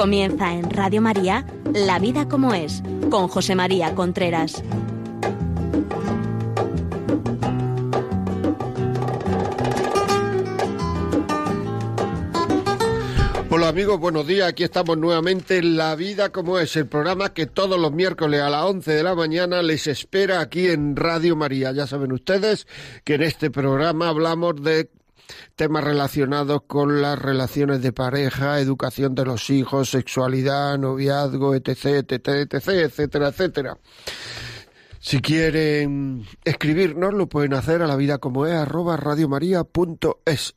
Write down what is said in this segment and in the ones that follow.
Comienza en Radio María, La vida como es, con José María Contreras. Hola amigos, buenos días. Aquí estamos nuevamente en La vida como es, el programa que todos los miércoles a las 11 de la mañana les espera aquí en Radio María. Ya saben ustedes que en este programa hablamos de temas relacionados con las relaciones de pareja, educación de los hijos, sexualidad, noviazgo, etc, etcétera, etcétera. Si quieren escribirnos, lo pueden hacer a lavidacomoes@radiomaria.es,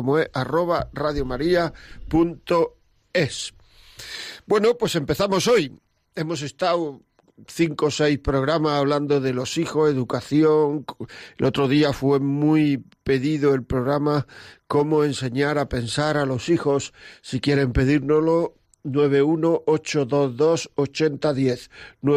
lavidacomoes@radiomaria.es. Bueno, pues empezamos hoy. Hemos estado 5 o 6 programas hablando de los hijos, educación. El otro día fue muy pedido el programa Cómo enseñar a pensar a los hijos. Si quieren pedírnoslo, 918228010,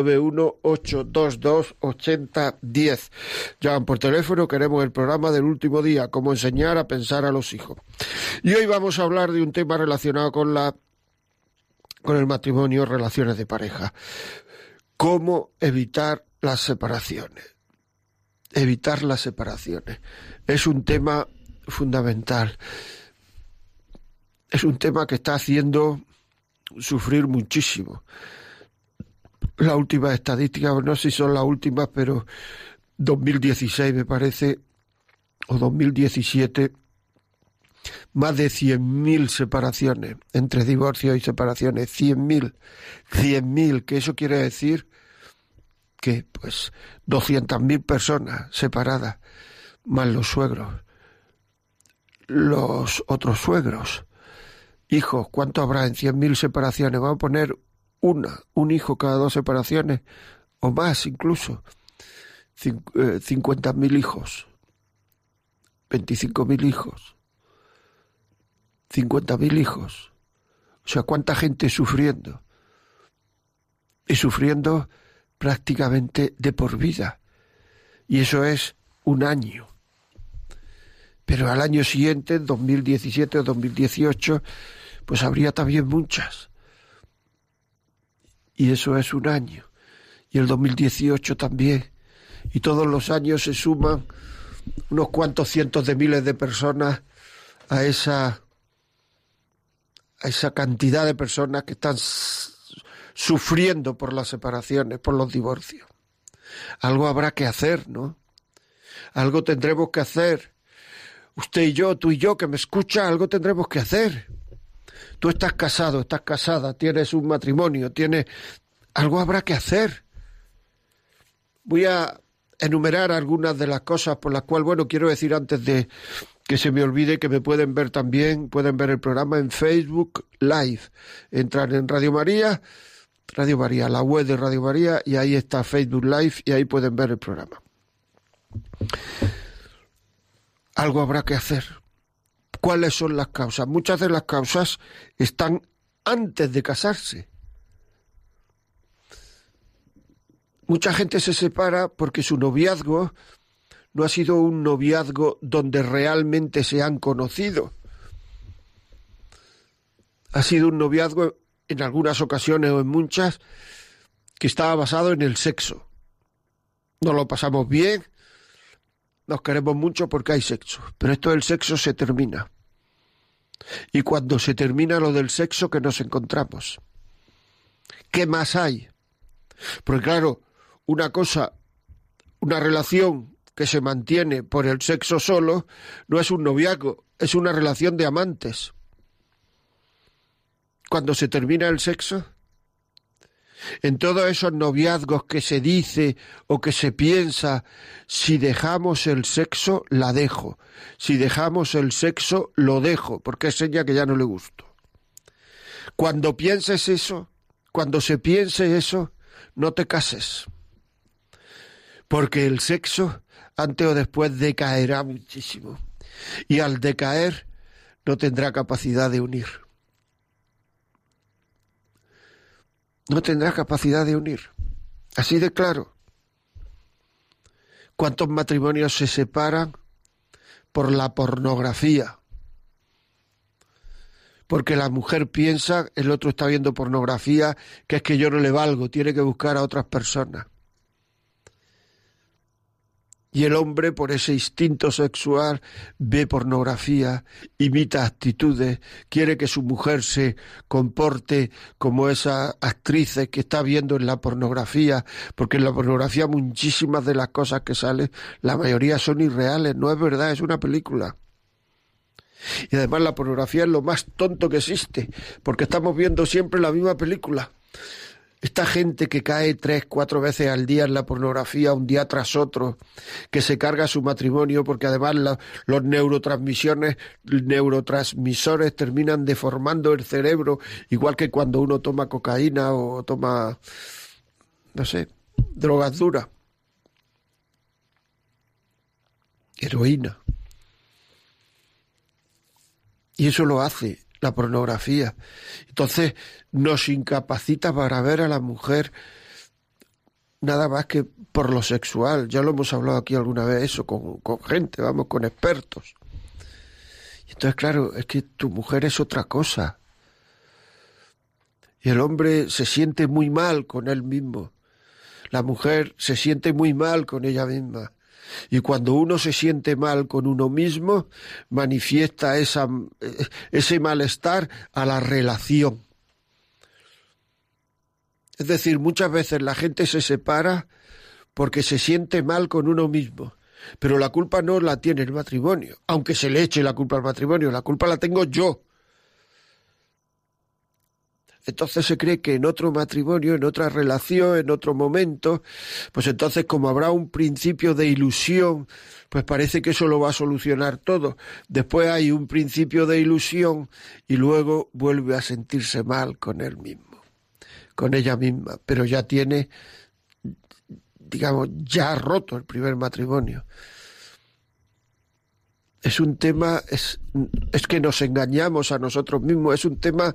918228010. Llaman por teléfono, queremos el programa del último día, Cómo enseñar a pensar a los hijos. Y hoy vamos a hablar de un tema relacionado con el matrimonio, relaciones de pareja. ¿Cómo evitar las separaciones? Evitar las separaciones. Es un tema fundamental. Es un tema que está haciendo sufrir muchísimo. Las últimas estadísticas, no sé si son las últimas, pero 2016 me parece, o 2017, más de 100.000 separaciones, entre divorcios y separaciones, 100.000, que eso quiere decir que, pues, 200.000 personas separadas, más los suegros, los otros suegros, hijos. ¿Cuánto habrá en 100.000 separaciones? Vamos a poner un hijo cada 2 separaciones, o más incluso, 50.000 hijos, 25.000 hijos, 50.000 hijos. O sea, ¿cuánta gente sufriendo? Y sufriendo prácticamente de por vida. Y eso es un año. Pero al año siguiente, 2017 o 2018, pues habría también muchas. Y eso es un año. Y el 2018 también. Y todos los años se suman unos cuantos cientos de miles de personas a esa cantidad de personas que están sufriendo por las separaciones, por los divorcios. Algo habrá que hacer, ¿no? Algo tendremos que hacer. Usted y yo, tú y yo, que me escucha, algo tendremos que hacer. Tú estás casado, estás casada, tienes un matrimonio, algo habrá que hacer. Voy a enumerar algunas de las cosas por las cuales, quiero decir antes de que se me olvide que me pueden ver también, pueden ver el programa en Facebook Live. Entran en Radio María, la web de Radio María, y ahí está Facebook Live y ahí pueden ver el programa. Algo habrá que hacer. ¿Cuáles son las causas? Muchas de las causas están antes de casarse. Mucha gente se separa porque su noviazgo no ha sido un noviazgo donde realmente se han conocido. Ha sido un noviazgo, en algunas ocasiones o en muchas, que estaba basado en el sexo. Nos lo pasamos bien, nos queremos mucho porque hay sexo, pero esto del sexo se termina. Y cuando se termina lo del sexo, ¿qué nos encontramos? ¿Qué más hay? Porque claro, una relación que se mantiene por el sexo solo no es un noviazgo, es una relación de amantes. Cuando se termina el sexo, en todos esos noviazgos que se dice o que se piensa, si dejamos el sexo, la dejo. Si dejamos el sexo, lo dejo, porque es seña que ya no le gusto. Cuando pienses eso, cuando se piense eso, no te cases. Porque el sexo, antes o después, decaerá muchísimo. Y al decaer, no tendrá capacidad de unir. No tendrá capacidad de unir. Así de claro. ¿Cuántos matrimonios se separan por la pornografía? porque la mujer piensa, el otro está viendo pornografía, que es que yo no le valgo, tiene que buscar a otras personas. Y el hombre, por ese instinto sexual, ve pornografía, imita actitudes, quiere que su mujer se comporte como esas actrices que está viendo en la pornografía, porque en la pornografía muchísimas de las cosas que salen, la mayoría son irreales, no es verdad, es una película. Y además la pornografía es lo más tonto que existe, porque estamos viendo siempre la misma película. Esta gente que cae 3, 4 veces al día en la pornografía, un día tras otro, que se carga su matrimonio, porque además los neurotransmisores terminan deformando el cerebro, igual que cuando uno toma cocaína o toma, no sé, drogas duras, heroína. Y eso lo hace la pornografía. Entonces nos incapacita para ver a la mujer nada más que por lo sexual. Ya lo hemos hablado aquí alguna vez eso, con gente, vamos, con expertos. Y entonces, claro, es que tu mujer es otra cosa. Y el hombre se siente muy mal con él mismo. La mujer se siente muy mal con ella misma. Y cuando uno se siente mal con uno mismo, manifiesta ese malestar a la relación. Es decir, muchas veces la gente se separa porque se siente mal con uno mismo, pero la culpa no la tiene el matrimonio, aunque se le eche la culpa al matrimonio, la culpa la tengo yo. Entonces se cree que en otro matrimonio, en otra relación, en otro momento, pues entonces como habrá un principio de ilusión, pues parece que eso lo va a solucionar todo. Después hay un principio de ilusión y luego vuelve a sentirse mal con él mismo, con ella misma, pero ya tiene, digamos, ya roto el primer matrimonio. Es un tema, es que nos engañamos a nosotros mismos, es un tema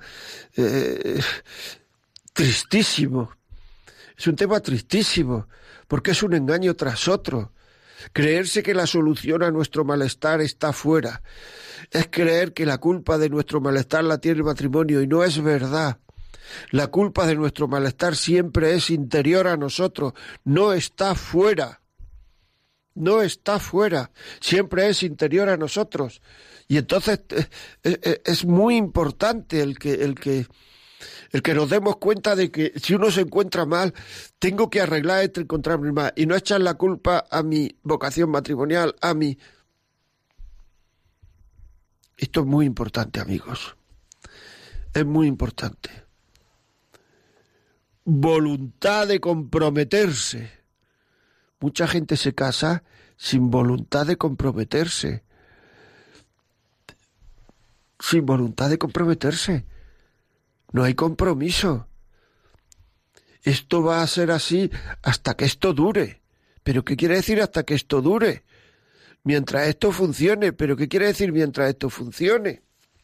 tristísimo, es un tema tristísimo, porque es un engaño tras otro. Creerse que la solución a nuestro malestar está fuera, es creer que la culpa de nuestro malestar la tiene el matrimonio, y no es verdad. La culpa de nuestro malestar siempre es interior a nosotros, no está fuera. No está fuera, siempre es interior a nosotros. Y entonces es muy importante el que nos demos cuenta de que si uno se encuentra mal, tengo que arreglar esto y encontrarme mal. Y no echar la culpa a mi vocación matrimonial, a mí. Esto es muy importante, amigos. Es muy importante. Voluntad de comprometerse. Mucha gente se casa sin voluntad de comprometerse. Sin voluntad de comprometerse. No hay compromiso. Esto va a ser así hasta que esto dure. ¿Pero qué quiere decir hasta que esto dure? Mientras esto funcione. ¿Pero qué quiere decir mientras esto funcione?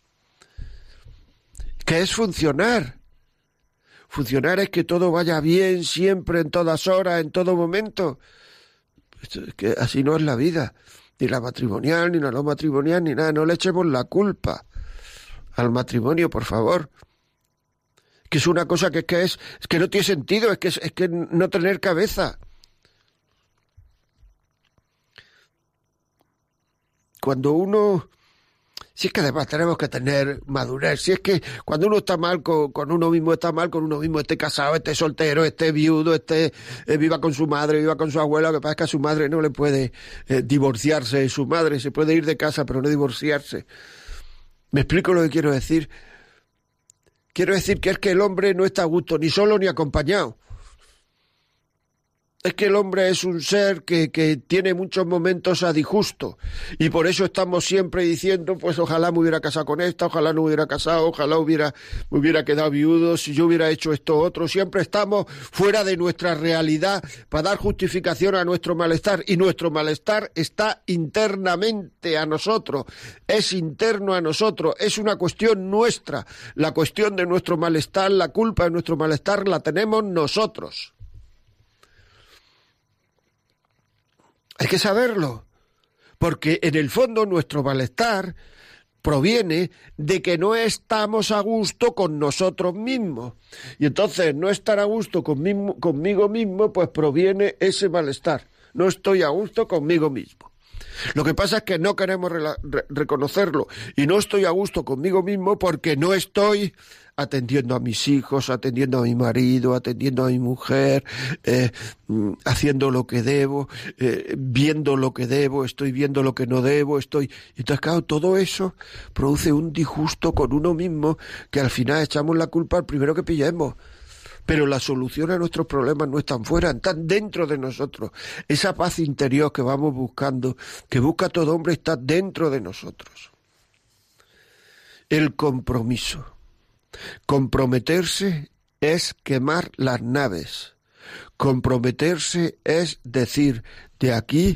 ¿Qué es funcionar? Funcionar es que todo vaya bien siempre, en todas horas, en todo momento. Es que así no es la vida, ni la matrimonial, ni la no matrimonial, ni nada. No le echemos la culpa al matrimonio, por favor. Que es una cosa que no tiene sentido, es que no tener cabeza. Cuando uno... Si es que además tenemos que tener madurez, si es que cuando uno está mal con uno mismo, está mal con uno mismo, esté casado, esté soltero, esté viudo, viva con su madre, viva con su abuela, lo que pasa es que a su madre no le puede divorciarse, su madre se puede ir de casa pero no divorciarse. ¿Me explico lo que quiero decir? Quiero decir que es que el hombre no está a gusto, ni solo ni acompañado. Es que el hombre es un ser que tiene muchos momentos a disgusto y por eso estamos siempre diciendo, pues ojalá me hubiera casado con esta, ojalá no me hubiera casado, ojalá me hubiera quedado viudo, si yo hubiera hecho esto otro. Siempre estamos fuera de nuestra realidad para dar justificación a nuestro malestar, y nuestro malestar está internamente a nosotros, es interno a nosotros, es una cuestión nuestra. La cuestión de nuestro malestar, la culpa de nuestro malestar la tenemos nosotros. Hay que saberlo, porque en el fondo nuestro malestar proviene de que no estamos a gusto con nosotros mismos. Y entonces no estar a gusto conmigo mismo, pues proviene ese malestar. No estoy a gusto conmigo mismo. Lo que pasa es que no queremos reconocerlo, y no estoy a gusto conmigo mismo porque no estoy atendiendo a mis hijos, atendiendo a mi marido, atendiendo a mi mujer, haciendo lo que debo, viendo lo que debo, estoy viendo lo que no debo, Entonces, claro, todo eso produce un disgusto con uno mismo que al final echamos la culpa al primero que pillemos. Pero la solución a nuestros problemas no están fuera, están dentro de nosotros. Esa paz interior que vamos buscando, que busca todo hombre, está dentro de nosotros. El compromiso. Comprometerse es quemar las naves. Comprometerse es decir, de aquí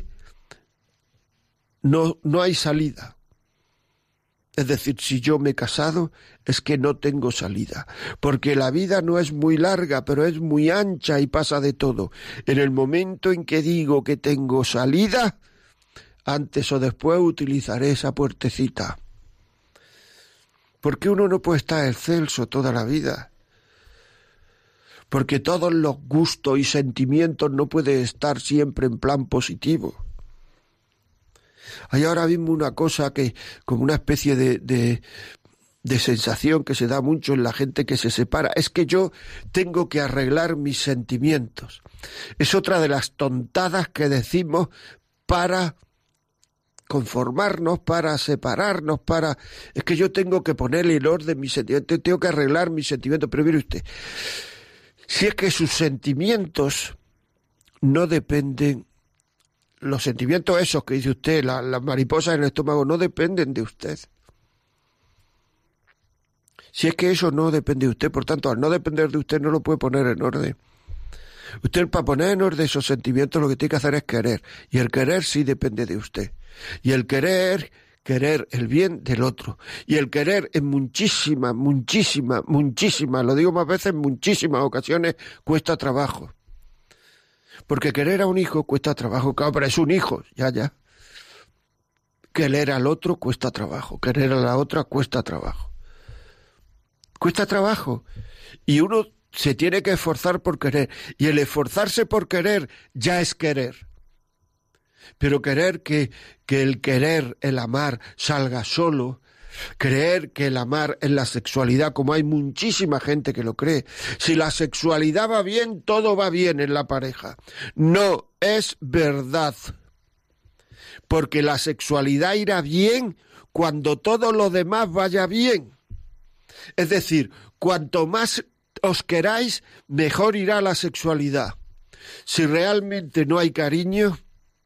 no hay salida. Es decir, si yo me he casado, es que no tengo salida, porque la vida no es muy larga, pero es muy ancha y pasa de todo. En el momento en que digo que tengo salida, antes o después utilizaré esa puertecita. Porque uno no puede estar excelso toda la vida. Porque todos los gustos y sentimientos no pueden estar siempre en plan positivo. Hay ahora mismo una cosa que, como una especie de sensación que se da mucho en la gente que se separa, es que yo tengo que arreglar mis sentimientos. Es otra de las tontadas que decimos para conformarnos, para separarnos, es que yo tengo que ponerle en orden mis sentimientos, tengo que arreglar mis sentimientos. Pero mire usted, si es que sus sentimientos no dependen. Los sentimientos esos que dice usted, las mariposas en el estómago, no dependen de usted. Si es que eso no depende de usted, por tanto, al no depender de usted, no lo puede poner en orden. Usted, para poner en orden esos sentimientos, lo que tiene que hacer es querer. Y el querer sí depende de usted. Y el querer el bien del otro. Y el querer en muchísimas, lo digo más veces, en muchísimas ocasiones, cuesta trabajo. Porque querer a un hijo cuesta trabajo, claro, pero es un hijo, ya. Querer al otro cuesta trabajo, querer a la otra cuesta trabajo. Cuesta trabajo. Y uno se tiene que esforzar por querer. Y el esforzarse por querer ya es querer. Pero querer que el amar salga solo, creer que el amar en la sexualidad, como hay muchísima gente que lo cree, si la sexualidad va bien, todo va bien en la pareja. No es verdad. Porque la sexualidad irá bien cuando todo lo demás vaya bien. Es decir, cuanto más os queráis, mejor irá la sexualidad. Si realmente no hay cariño,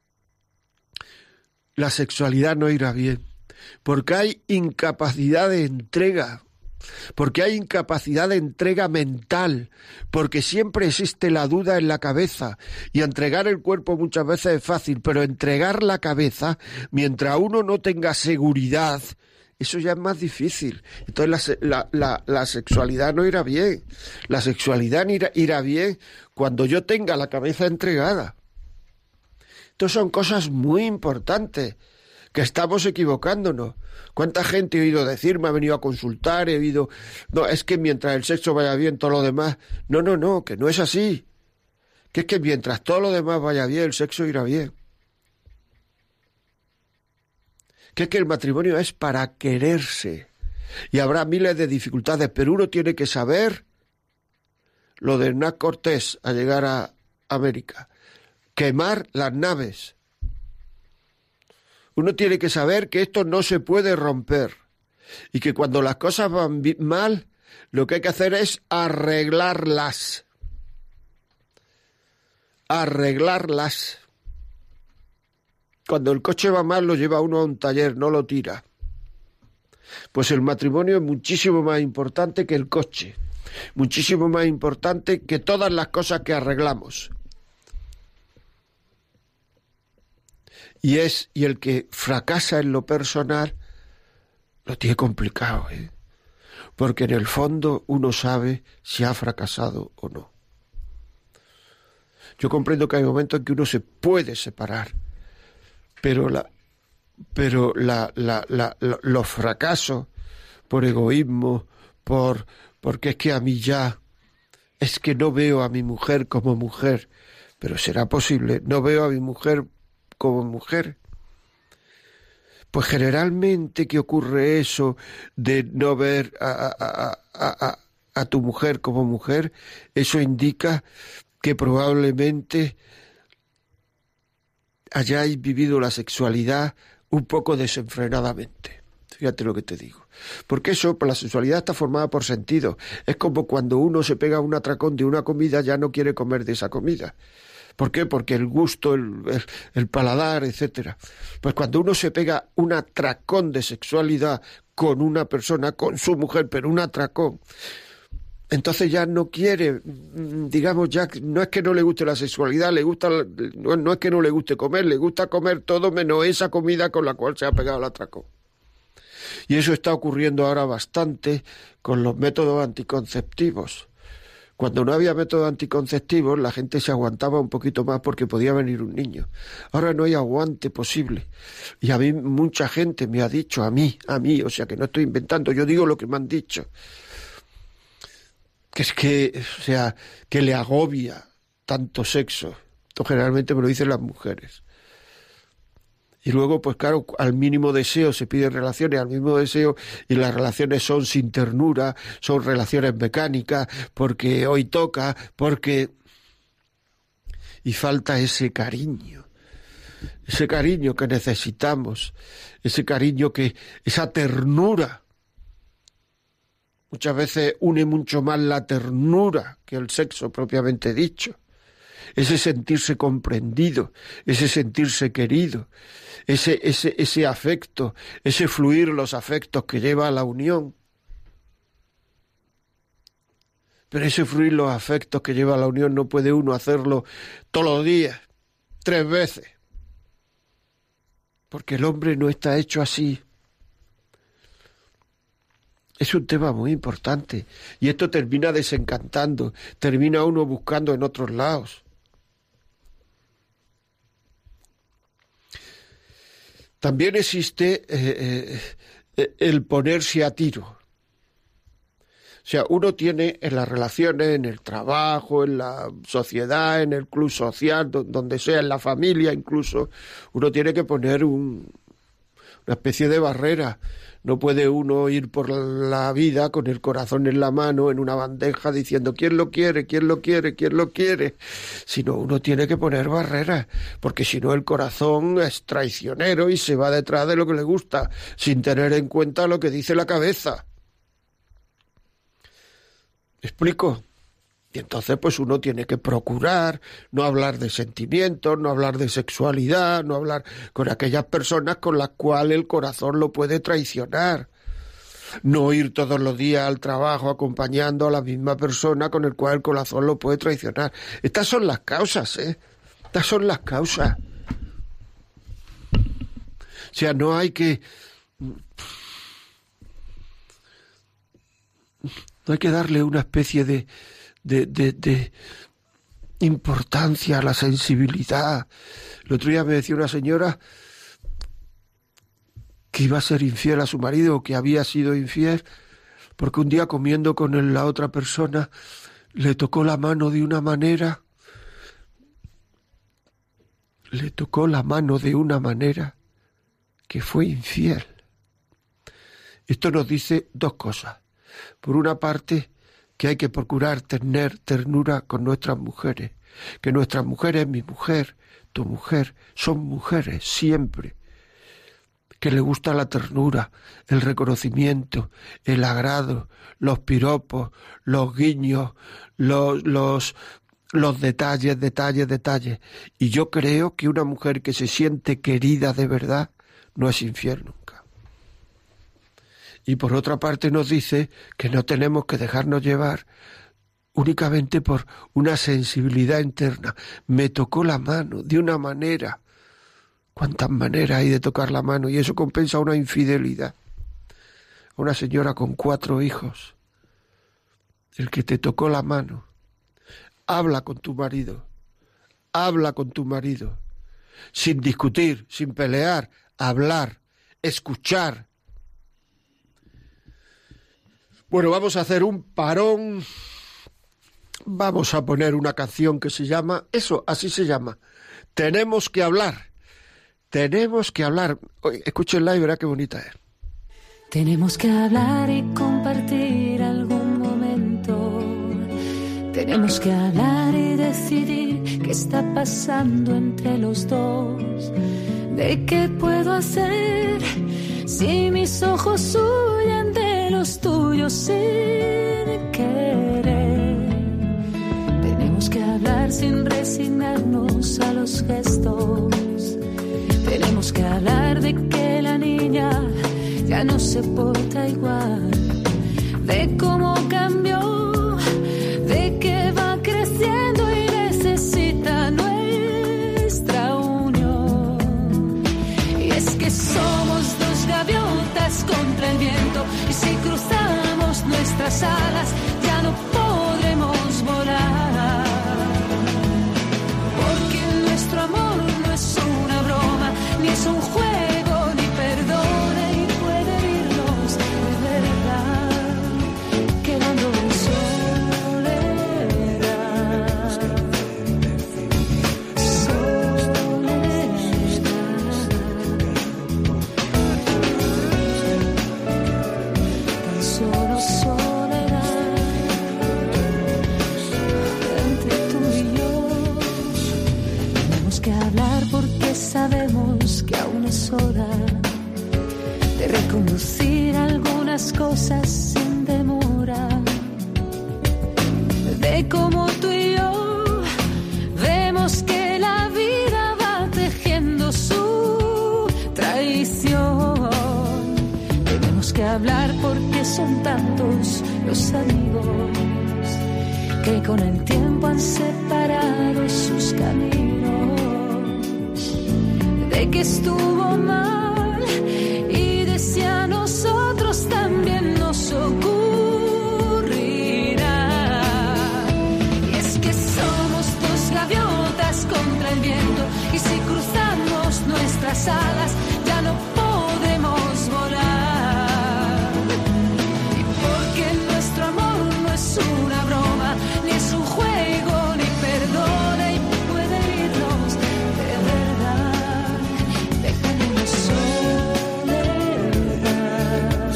la sexualidad no irá bien. Porque hay incapacidad de entrega, porque hay incapacidad de entrega mental, porque siempre existe la duda en la cabeza, y entregar el cuerpo muchas veces es fácil, pero entregar la cabeza, mientras uno no tenga seguridad, eso ya es más difícil. Entonces la sexualidad no irá bien. La sexualidad irá bien cuando yo tenga la cabeza entregada. Estas son cosas muy importantes, que estamos equivocándonos. ¿Cuánta gente he oído decir, me ha venido a consultar, no, es que mientras el sexo vaya bien, todo lo demás? No, que no es así. Que es que mientras todo lo demás vaya bien, el sexo irá bien. Que es que el matrimonio es para quererse. Y habrá miles de dificultades, pero uno tiene que saber lo de Hernán Cortés a llegar a América. Quemar las naves. Uno tiene que saber que esto no se puede romper y que cuando las cosas van mal, lo que hay que hacer es arreglarlas. Arreglarlas. Cuando el coche va mal, lo lleva uno a un taller, no lo tira. Pues el matrimonio es muchísimo más importante que el coche, muchísimo más importante que todas las cosas que arreglamos. Y el que fracasa en lo personal lo tiene complicado, porque en el fondo uno sabe si ha fracasado o no. Yo comprendo que hay momentos en que uno se puede separar, pero pero los fracasos por egoísmo, porque es que a mí ya, es que no veo a mi mujer como mujer, pero será posible, no veo a mi mujer como mujer. Pues generalmente, ¿qué ocurre eso de no ver a tu mujer como mujer? Eso indica que probablemente hayáis vivido la sexualidad un poco desenfrenadamente. Fíjate lo que te digo. Porque eso, pues la sexualidad está formada por sentidos. Es como cuando uno se pega un atracón de una comida, ya no quiere comer de esa comida. ¿Por qué? Porque el gusto, el paladar, etcétera. Pues cuando uno se pega un atracón de sexualidad con una persona, con su mujer, pero un atracón, entonces ya no quiere, digamos, ya no es que no le guste la sexualidad, no es que no le guste comer, le gusta comer todo menos esa comida con la cual se ha pegado el atracón. Y eso está ocurriendo ahora bastante con los métodos anticonceptivos. Cuando no había métodos anticonceptivos, la gente se aguantaba un poquito más porque podía venir un niño. Ahora no hay aguante posible. Y a mí mucha gente me ha dicho, a mí, o sea que no estoy inventando, yo digo lo que me han dicho, que es que, o sea, que le agobia tanto sexo. Esto generalmente me lo dicen las mujeres. Y luego, pues claro, al mínimo deseo se piden relaciones, al mínimo deseo, y las relaciones son sin ternura, son relaciones mecánicas, porque hoy toca, y falta ese cariño que necesitamos, esa ternura. Muchas veces une mucho más la ternura que el sexo propiamente dicho. Ese sentirse comprendido, ese sentirse querido, ese afecto, ese fluir los afectos que lleva a la unión. Pero ese fluir los afectos que lleva a la unión no puede uno hacerlo todos los días, 3 veces. Porque el hombre no está hecho así. Es un tema muy importante. Y esto termina desencantando, termina uno buscando en otros lados. También existe el ponerse a tiro. O sea, uno tiene en las relaciones, en el trabajo, en la sociedad, en el club social, donde sea, en la familia incluso, uno tiene que poner una especie de barrera. No puede uno ir por la vida con el corazón en la mano, en una bandeja, diciendo ¿quién lo quiere? ¿Quién lo quiere? ¿Quién lo quiere? Sino uno tiene que poner barreras, porque si no el corazón es traicionero y se va detrás de lo que le gusta, sin tener en cuenta lo que dice la cabeza. ¿Me explico? Y entonces pues uno tiene que procurar no hablar de sentimientos, no hablar de sexualidad, no hablar con aquellas personas con las cuales el corazón lo puede traicionar. No ir todos los días al trabajo acompañando a la misma persona con el cual el corazón lo puede traicionar. Estas son las causas, Estas son las causas. O sea, no hay que darle una especie de importancia a la sensibilidad. El otro día me decía una señora que iba a ser infiel a su marido, o que había sido infiel, porque un día comiendo con la otra persona le tocó la mano de una manera, que fue infiel. Esto nos dice 2 cosas. Por una parte, que hay que procurar tener ternura con nuestras mujeres, que nuestras mujeres, mi mujer, tu mujer, son mujeres siempre, que le gusta la ternura, el reconocimiento, el agrado, los piropos, los guiños, los detalles. Y yo creo que una mujer que se siente querida de verdad no es infiel nunca. Y por otra parte nos dice que no tenemos que dejarnos llevar únicamente por una sensibilidad interna. Me tocó la mano de una manera. ¿Cuántas maneras hay de tocar la mano? Y eso compensa una infidelidad. Una señora con 4 hijos. El que te tocó la mano. Habla con tu marido. Sin discutir, sin pelear. hablar, escuchar. Bueno, vamos a hacer un parón. Vamos a poner una canción que se llama, así se llama, Tenemos que hablar. Tenemos que hablar. Oye, escúchenla y verá qué bonita es. Tenemos que hablar y compartir algún momento. Tenemos que hablar y decidir qué está pasando entre los dos. ¿De qué puedo hacer si mis ojos huyen de los tuyos sin querer? Tenemos que hablar sin resignarnos a los gestos. Tenemos que hablar de que la niña ya no se porta igual, de cómo cambió, de que va creciendo y necesita nuestra unión. Y es que somos dos gaviotas contra el viento, y si cruzamos nuestras alas ya no podremos volar, porque nuestro amor no es una broma, ni es un juego, ni perdona, y puede herirnos de verdad, quedando en soledad. Tan solo soledad entre tú y yo. Tenemos que hablar porque sabemos que aún es hora de reconducir algunas cosas sin demora, de cómo tú y yo vemos que la vida va tejiendo su traición. Tenemos que hablar porque son tantos los amigos que con el tiempo han separado sus caminos, de que estuvo mal y de si a nosotros también nos ocurrirá. Y es que somos dos gaviotas contra el viento, y si cruzamos nuestras alas ya no podemos volar, y porque nuestro amor no es una broma, ni es un juego, ni perdona, y puede irnos de verdad, dejándonos soledad.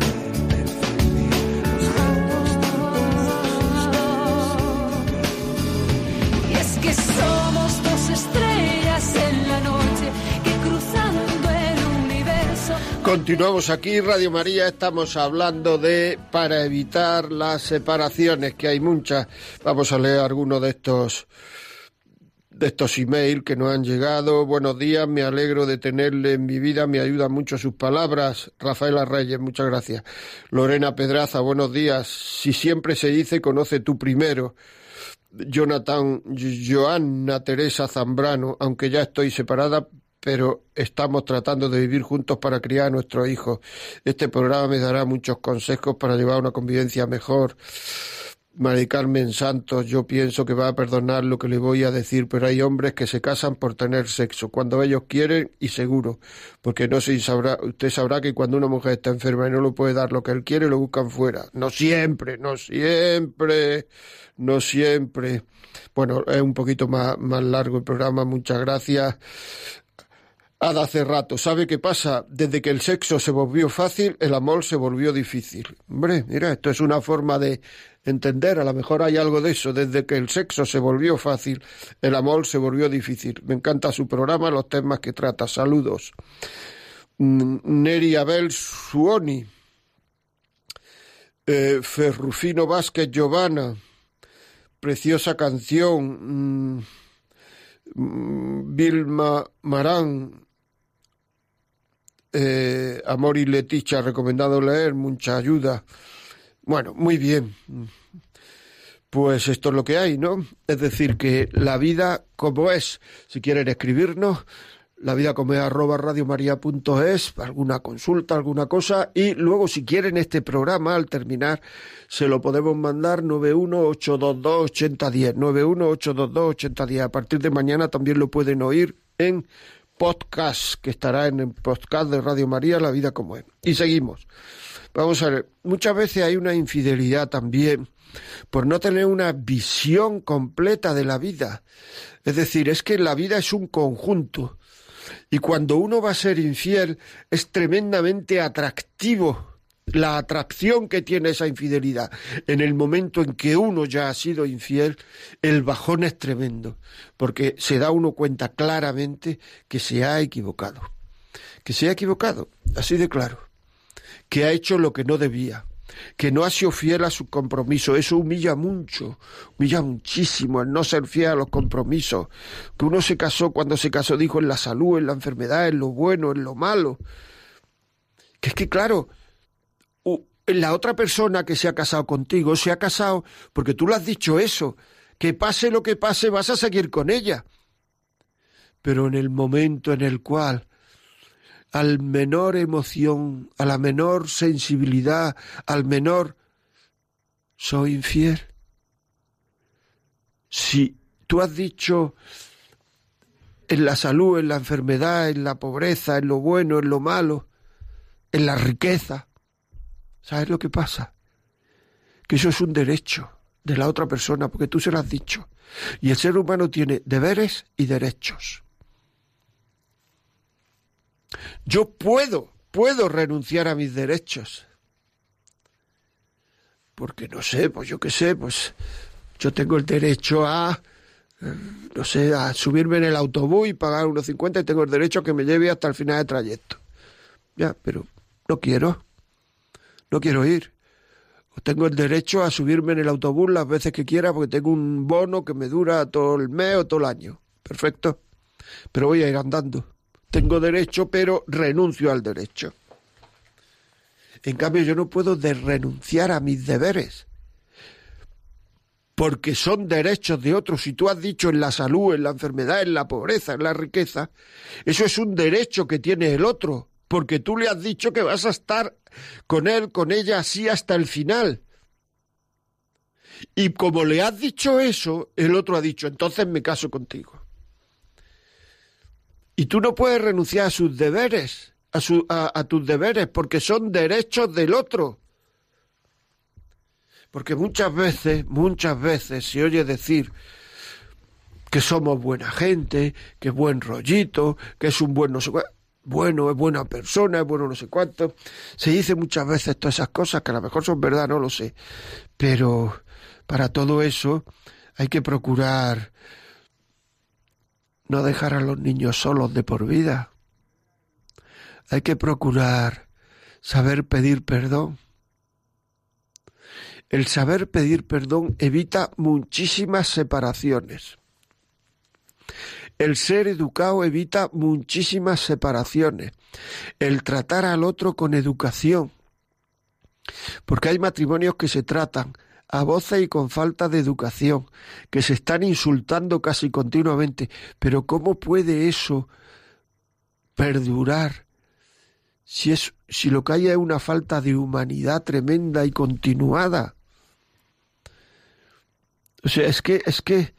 Y es que somos dos estrellas en la noche que cruzando el universo. Continuamos aquí, Radio María, estamos hablando de para evitar las separaciones, que hay muchas. Vamos a leer algunos de estos emails que nos han llegado. Buenos días, me alegro de tenerle en mi vida, me ayudan mucho sus palabras. Rafaela Reyes, muchas gracias. Lorena Pedraza, buenos días. Si siempre se dice, conoce tú primero. Joanna Teresa Zambrano, aunque ya estoy separada, pero estamos tratando de vivir juntos para criar a nuestros hijos. Este programa me dará muchos consejos para llevar una convivencia mejor. Mari Carmen Santos, yo pienso que va a perdonar lo que le voy a decir, pero hay hombres que se casan por tener sexo, cuando ellos quieren y seguro, porque usted sabrá que cuando una mujer está enferma y no le puede dar lo que él quiere, lo buscan fuera. No siempre. Bueno, es un poquito más largo el programa, muchas gracias. Ada Cerrato, ¿sabe qué pasa? Desde que el sexo se volvió fácil, el amor se volvió difícil. Hombre, mira, esto es una forma de entender, a lo mejor hay algo de eso. Desde que el sexo se volvió fácil, el amor se volvió difícil. Me encanta su programa, los temas que trata. Saludos. Neri Abel Suoni, Ferrufino Vázquez Giovanna, preciosa canción. Vilma Marán, Amor y Leticia, recomendado leer, mucha ayuda. Bueno, muy bien. Pues esto es lo que hay, ¿no? Es decir, que la vida como es. Si quieren escribirnos, lavidacomoes@radiomaria.es, alguna consulta, alguna cosa, y luego si quieren este programa al terminar se lo podemos mandar 918228010, 918228010. A partir de mañana también lo pueden oír en podcast que estará en el podcast de Radio María, La Vida como es. Y seguimos. Vamos a ver, muchas veces hay una infidelidad también por no tener una visión completa de la vida. Es decir, es que la vida es un conjunto y cuando uno va a ser infiel es tremendamente atractivo la atracción que tiene esa infidelidad. En el momento en que uno ya ha sido infiel, el bajón es tremendo, porque se da uno cuenta claramente que se ha equivocado. Que se ha equivocado, así de claro. Que ha hecho lo que no debía. Que no ha sido fiel a su compromiso. Eso humilla mucho, humilla muchísimo el no ser fiel a los compromisos. Que uno se casó, cuando se casó dijo en la salud, en la enfermedad, en lo bueno, en lo malo. Que es que claro, la otra persona que se ha casado contigo se ha casado porque tú le has dicho eso, que pase lo que pase vas a seguir con ella. Pero en el momento en el cual al menor emoción, a la menor sensibilidad, al menor soy infiel. Si tú has dicho en la salud, en la enfermedad, en la pobreza, en lo bueno, en lo malo, en la riqueza, ¿sabes lo que pasa? Que eso es un derecho de la otra persona, porque tú se lo has dicho. Y el ser humano tiene deberes y derechos. Yo puedo renunciar a mis derechos. Porque no sé, pues yo qué sé, pues yo tengo el derecho a, no sé, a subirme en el autobús y pagar unos 50 y tengo el derecho a que me lleve hasta el final del trayecto. Ya, pero no quiero ir. O tengo el derecho a subirme en el autobús las veces que quiera porque tengo un bono que me dura todo el mes o todo el año. Perfecto. Pero voy a ir andando. Tengo derecho, pero renuncio al derecho. En cambio, yo no puedo renunciar a mis deberes, porque son derechos de otros. Si tú has dicho en la salud, en la enfermedad, en la pobreza, en la riqueza, eso es un derecho que tiene el otro, porque tú le has dicho que vas a estar con él, con ella, así hasta el final. Y como le has dicho eso, el otro ha dicho, entonces me caso contigo. Y tú no puedes renunciar a sus deberes, a tus deberes, porque son derechos del otro. Porque muchas veces se oye decir que somos buena gente, que es buen rollito, que es un buen no sé cuánto. Bueno, es buena persona, es bueno no sé cuánto. Se dice muchas veces todas esas cosas que a lo mejor son verdad, no lo sé. Pero para todo eso hay que procurar no dejar a los niños solos de por vida. Hay que procurar saber pedir perdón. El saber pedir perdón evita muchísimas separaciones. El ser educado evita muchísimas separaciones. El tratar al otro con educación. Porque hay matrimonios que se tratan a voces y con falta de educación, que se están insultando casi continuamente. Pero ¿cómo puede eso perdurar si lo que hay es una falta de humanidad tremenda y continuada? O sea, es que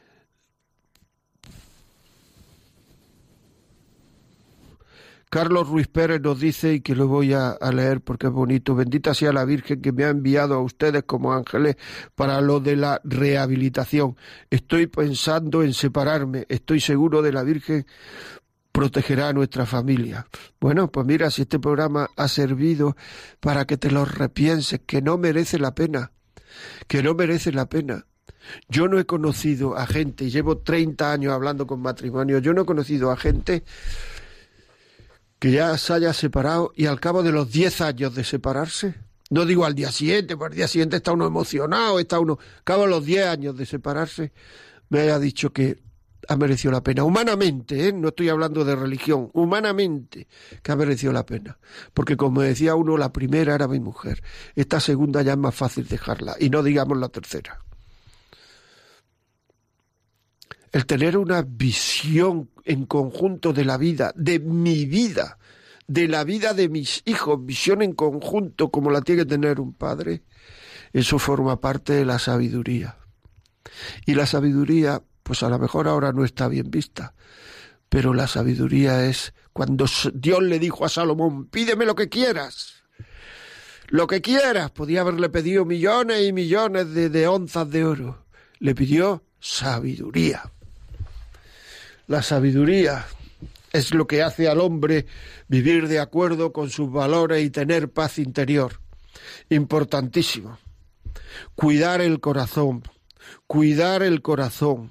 Carlos Ruiz Pérez nos dice, y que lo voy a leer porque es bonito: bendita sea la Virgen que me ha enviado a ustedes como ángeles para lo de la rehabilitación. Estoy pensando en separarme, estoy seguro de la Virgen protegerá a nuestra familia. Bueno, pues mira, si este programa ha servido para que te lo repienses, que no merece la pena, que no merece la pena. Yo no he conocido a gente, y llevo 30 años hablando con matrimonios, yo no he conocido a gente que ya se haya separado y al cabo de los 10 años de separarse, no digo al día siguiente, porque al día siguiente está uno emocionado, al cabo de los 10 años de separarse, me haya dicho que ha merecido la pena. Humanamente, no estoy hablando de religión, humanamente, que ha merecido la pena. Porque como decía uno, la primera era mi mujer, esta segunda ya es más fácil dejarla, y no digamos la tercera. El tener una visión en conjunto de la vida, de mi vida, de la vida de mis hijos, visión en conjunto como la tiene que tener un padre, eso forma parte de la sabiduría. Y la sabiduría, pues a lo mejor ahora no está bien vista, Pero la sabiduría es cuando Dios le dijo a Salomón, pídeme lo que quieras. Lo que quieras. Podía haberle pedido millones y millones de onzas de oro. Le pidió sabiduría. La sabiduría es lo que hace al hombre vivir de acuerdo con sus valores y tener paz interior. Importantísimo. Cuidar el corazón. Cuidar el corazón.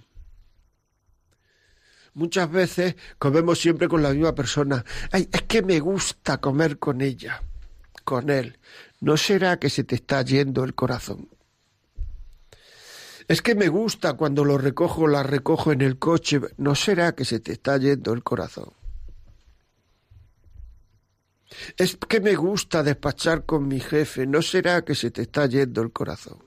Muchas veces comemos siempre con la misma persona. Ay, es que me gusta comer con ella, con él. ¿No será que se te está yendo el corazón? Es que me gusta cuando la recojo en el coche. ¿No será que se te está yendo el corazón? Es que me gusta despachar con mi jefe. ¿No será que se te está yendo el corazón?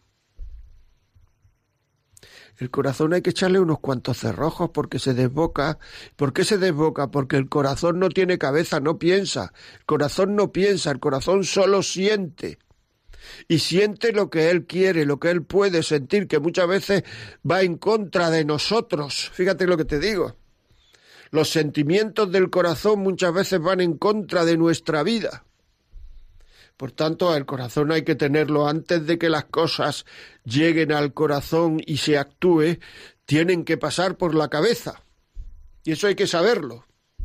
El corazón hay que echarle unos cuantos cerrojos porque se desboca. ¿Por qué se desboca? Porque el corazón no tiene cabeza, no piensa. El corazón no piensa, el corazón solo siente. Y siente lo que él quiere, lo que él puede sentir, que muchas veces va en contra de nosotros. Fíjate lo que te digo. Los sentimientos del corazón muchas veces van en contra de nuestra vida. Por tanto, el corazón hay que tenerlo antes de que las cosas lleguen al corazón y se actúe, tienen que pasar por la cabeza. Y eso hay que saberlo.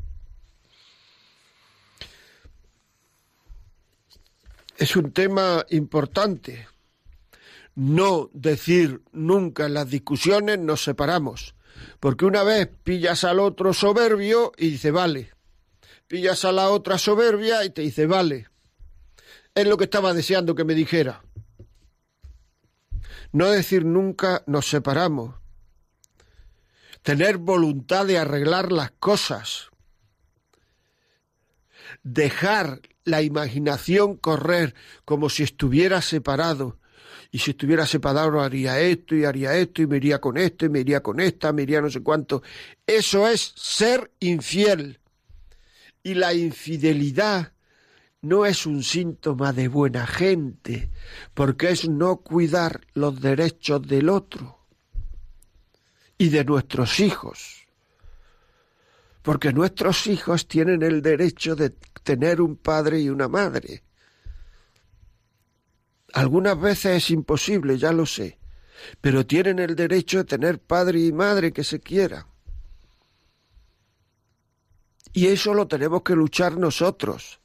Es un tema importante. No decir nunca en las discusiones nos separamos. Porque una vez pillas al otro soberbio y dice vale. Pillas a la otra soberbia y te dice vale. Es lo que estaba deseando que me dijera. No decir nunca nos separamos. Tener voluntad de arreglar las cosas. Dejar la imaginación correr como si estuviera separado. Y si estuviera separado haría esto y me iría con esto y me iría con esta, me iría no sé cuánto. Eso es ser infiel. Y la infidelidad no es un síntoma de buena gente, porque es no cuidar los derechos del otro y de nuestros hijos. Porque nuestros hijos tienen el derecho de tener un padre y una madre. Algunas veces es imposible, ya lo sé, pero tienen el derecho de tener padre y madre que se quieran. Y eso lo tenemos que luchar nosotros.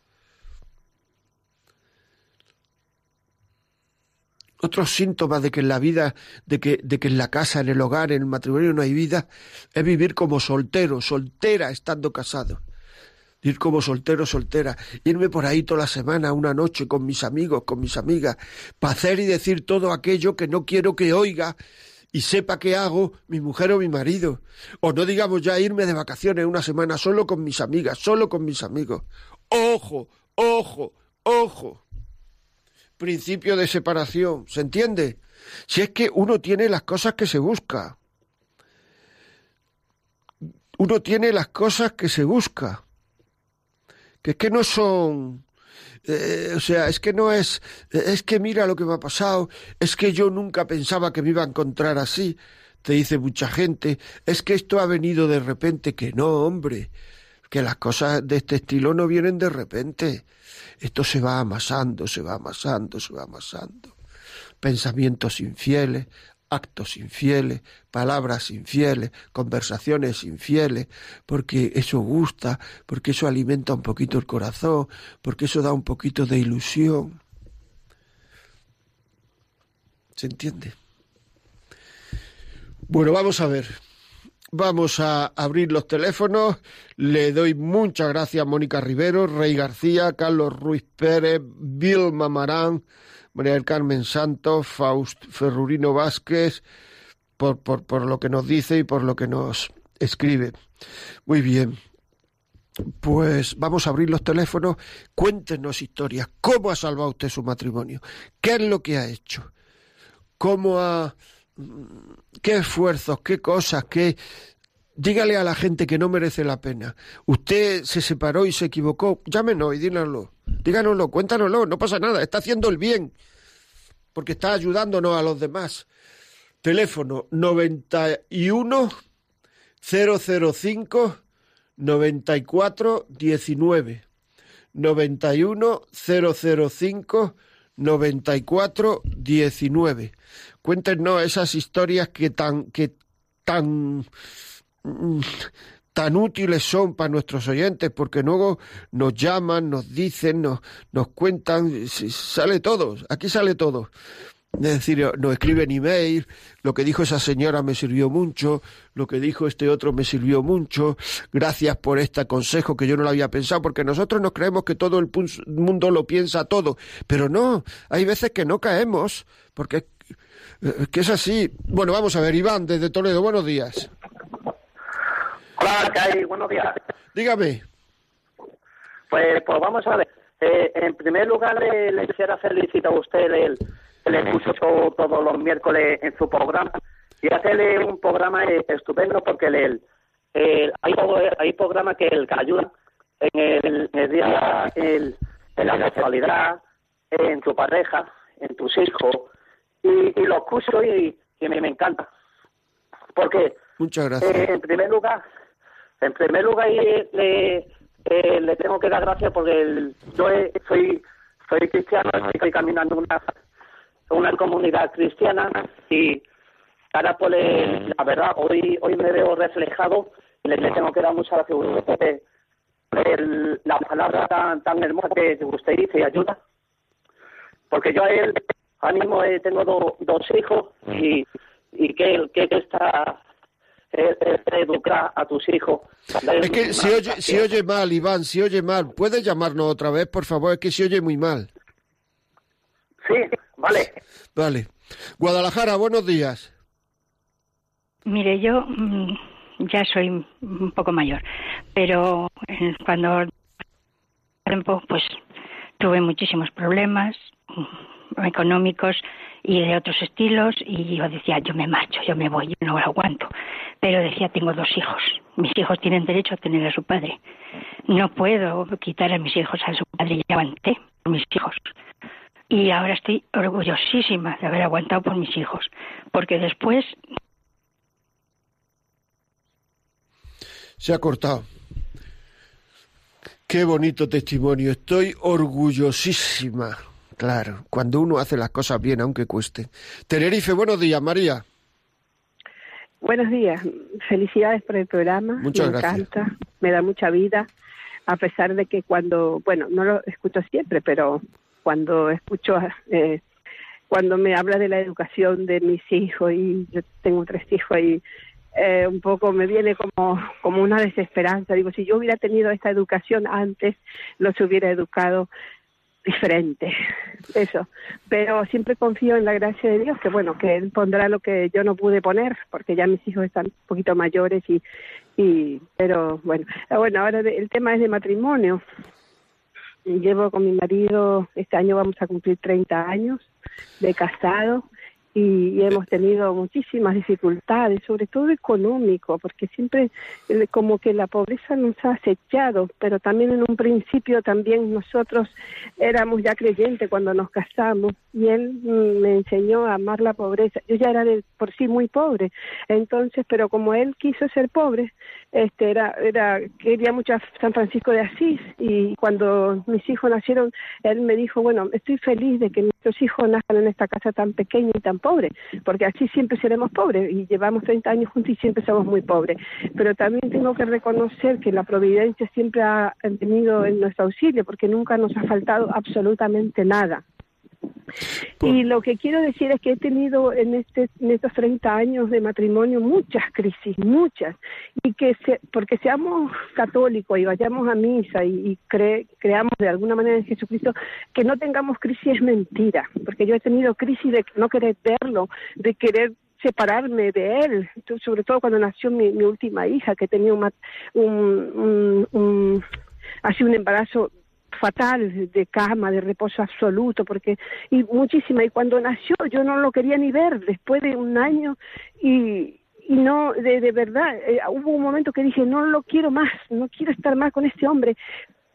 Otros síntomas de que en la vida, de que en la casa, en el hogar, en el matrimonio no hay vida, es vivir como soltero, soltera estando casado. Ir como soltero, soltera. Irme por ahí toda la semana, una noche, con mis amigos, con mis amigas, para hacer y decir todo aquello que no quiero que oiga y sepa que hago mi mujer o mi marido. O no digamos ya irme de vacaciones una semana solo con mis amigas, solo con mis amigos. ¡Ojo, ojo, ojo! Principio de separación, ¿se entiende? Si es que uno tiene las cosas que se busca. Uno tiene las cosas que se busca. Que es que no son... es que no es... Es que mira lo que me ha pasado. Es que yo nunca pensaba que me iba a encontrar así. Te dice mucha gente. Es que esto ha venido de repente. Que no, hombre. Que las cosas de este estilo no vienen de repente. Esto se va amasando, se va amasando, se va amasando. Pensamientos infieles, actos infieles, palabras infieles, conversaciones infieles, porque eso gusta, porque eso alimenta un poquito el corazón, porque eso da un poquito de ilusión. ¿Se entiende? Bueno, vamos a ver. Vamos a abrir los teléfonos. Le doy muchas gracias a Mónica Rivero, Rey García, Carlos Ruiz Pérez, Vilma Marán, María del Carmen Santos, Faust Ferrurino Vázquez, por lo que nos dice y por lo que nos escribe. Muy bien. Pues vamos a abrir los teléfonos. Cuéntenos historias. ¿Cómo ha salvado usted su matrimonio? ¿Qué es lo que ha hecho? ¿Qué esfuerzos, qué cosas, qué... Dígale a la gente que no merece la pena. Usted se separó y se equivocó. Llámenos y díganoslo, cuéntanoslo. No pasa nada, está haciendo el bien. Porque está ayudándonos a los demás. Teléfono 91 005 94 19 91 005 94 19. Cuéntenos esas historias que tan útiles son para nuestros oyentes, porque luego nos llaman, nos dicen, nos cuentan, sale todo, aquí sale todo. Es decir, nos escriben email, lo que dijo esa señora me sirvió mucho, lo que dijo este otro me sirvió mucho, gracias por este consejo que yo no lo había pensado, porque nosotros nos creemos que todo el mundo lo piensa todo, pero no, hay veces que no caemos, porque que es así. Bueno, vamos a ver, Iván, desde Toledo, buenos días. Hola, ¿qué hay? Buenos días. Dígame. Pues vamos a ver. En primer lugar, le quisiera felicitar a usted. Le escucho todos los miércoles en su programa y hacerle un programa estupendo porque hay programas que ayudan en el día, en la sexualidad, en tu pareja, en tus hijos y lo escucho y me encanta. Porque muchas gracias. En primer lugar le tengo que dar gracias porque yo soy cristiano, estoy caminando una comunidad cristiana y ahora pues la verdad hoy me veo reflejado y le tengo que dar muchas gracias porque la palabra tan hermosa que usted dice y ayuda, porque yo ahora mismo tengo dos hijos y que está educar a tus hijos. Es que si oye mal, Iván, si oye mal, ¿puedes llamarnos otra vez, por favor? Es que se oye muy mal. Sí, vale. Vale. Guadalajara, buenos días. Mire, yo ya soy un poco mayor, pero cuando tiempo pues tuve muchísimos problemas económicos y de otros estilos y yo decía, yo me marcho, yo me voy, yo no lo aguanto. Pero decía, tengo 2 hijos, mis hijos tienen derecho a tener a su padre. No puedo quitar a mis hijos a su padre, ya aguanté por mis hijos. Y ahora estoy orgullosísima de haber aguantado por mis hijos, porque después... Se ha cortado. Qué bonito testimonio, estoy orgullosísima. Claro, cuando uno hace las cosas bien, aunque cueste. Tenerife, buenos días, María. Buenos días, felicidades por el programa. Muchas gracias. Me encanta, me da mucha vida, a pesar de que cuando, no lo escucho siempre, pero cuando escucho, cuando me habla de la educación de mis hijos, y yo tengo 3 hijos, y un poco me viene como una desesperanza. Digo, si yo hubiera tenido esta educación antes, los hubiera educado diferente, eso, pero siempre confío en la gracia de Dios, que Él pondrá lo que yo no pude poner, porque ya mis hijos están un poquito mayores pero bueno, ahora el tema es de matrimonio. Llevo con mi marido, este año vamos a cumplir 30 años de casado y hemos tenido muchísimas dificultades, sobre todo económico, porque siempre como que la pobreza nos ha acechado, pero también en un principio también nosotros éramos ya creyentes cuando nos casamos y él me enseñó a amar la pobreza. Yo ya era de por sí muy pobre, entonces, pero como él quiso ser pobre, quería mucho a San Francisco de Asís, y cuando mis hijos nacieron, él me dijo, estoy feliz de que nuestros hijos nazcan en esta casa tan pequeña y tan pobre, porque así siempre seremos pobres, y llevamos 30 años juntos y siempre somos muy pobres. Pero también tengo que reconocer que la providencia siempre ha venido en nuestro auxilio, porque nunca nos ha faltado absolutamente nada. Y lo que quiero decir es que he tenido en estos 30 años de matrimonio muchas crisis, y porque seamos católicos y vayamos a misa y creamos de alguna manera en Jesucristo, que no tengamos crisis es mentira, porque yo he tenido crisis de no querer verlo, de querer separarme de él, sobre todo cuando nació mi última hija, que tenía un embarazo fatal, de cama, de reposo absoluto, y cuando nació yo no lo quería ni ver después de un año, y no, de verdad, hubo un momento que dije, no lo quiero más, no quiero estar más con este hombre.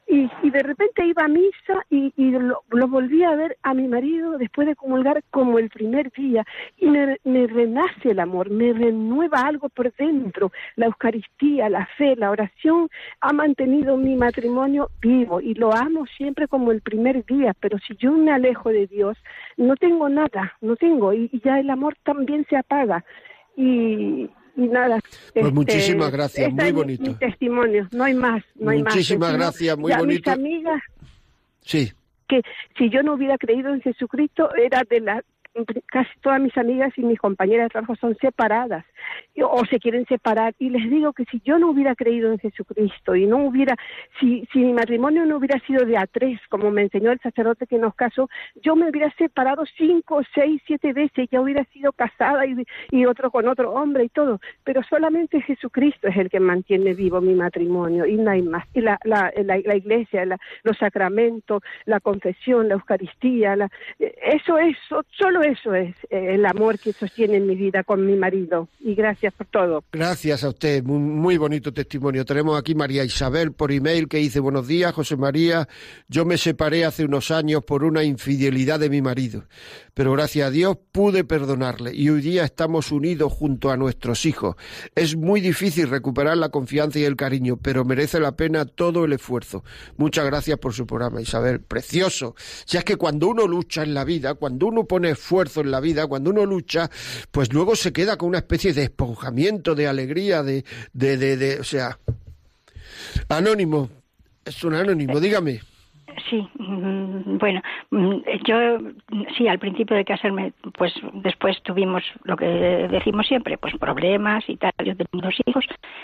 Y de repente iba a misa y lo volví a ver a mi marido después de comulgar como el primer día. Y me renace el amor, me renueva algo por dentro. La Eucaristía, la fe, la oración ha mantenido mi matrimonio vivo y lo amo siempre como el primer día. Pero si yo me alejo de Dios, no tengo nada, no tengo. Y ya el amor también se apaga. Y nada. Pues muchísimas gracias, muy es bonito. Mi testimonio, no hay más, no hay más. Muchísimas gracias, muy bonito. Mis amigas, sí, que si yo no hubiera creído en Jesucristo, era casi todas mis amigas y mis compañeras de trabajo son separadas o se quieren separar, y les digo que si yo no hubiera creído en Jesucristo y no hubiera, si mi matrimonio no hubiera sido de a 3, como me enseñó el sacerdote que nos casó, yo me hubiera separado 5, 6, 7 veces, ya hubiera sido casada y otro con otro hombre y todo, pero solamente Jesucristo es el que mantiene vivo mi matrimonio y no hay más. Y la iglesia, los sacramentos, la confesión, la Eucaristía, solo eso es el amor que sostiene mi vida con mi marido. Y gracias por todo. Gracias a usted, muy bonito testimonio. Tenemos aquí María Isabel por email que dice: buenos días, José María, yo me separé hace unos años por una infidelidad de mi marido, pero gracias a Dios pude perdonarle y hoy día estamos unidos junto a nuestros hijos. Es muy difícil recuperar la confianza y el cariño, pero merece la pena todo el esfuerzo. Muchas gracias por su programa, Isabel. Precioso. Si es que cuando uno lucha en la vida, cuando uno pone esfuerzo en la vida, cuando uno lucha, pues luego se queda con una especie de esponjamiento, de alegría, o sea... Anónimo, es un anónimo, dígame. Sí, bueno, yo sí, al principio de casarme, pues después tuvimos lo que decimos siempre, pues problemas y tal. Yo tengo 2 hijos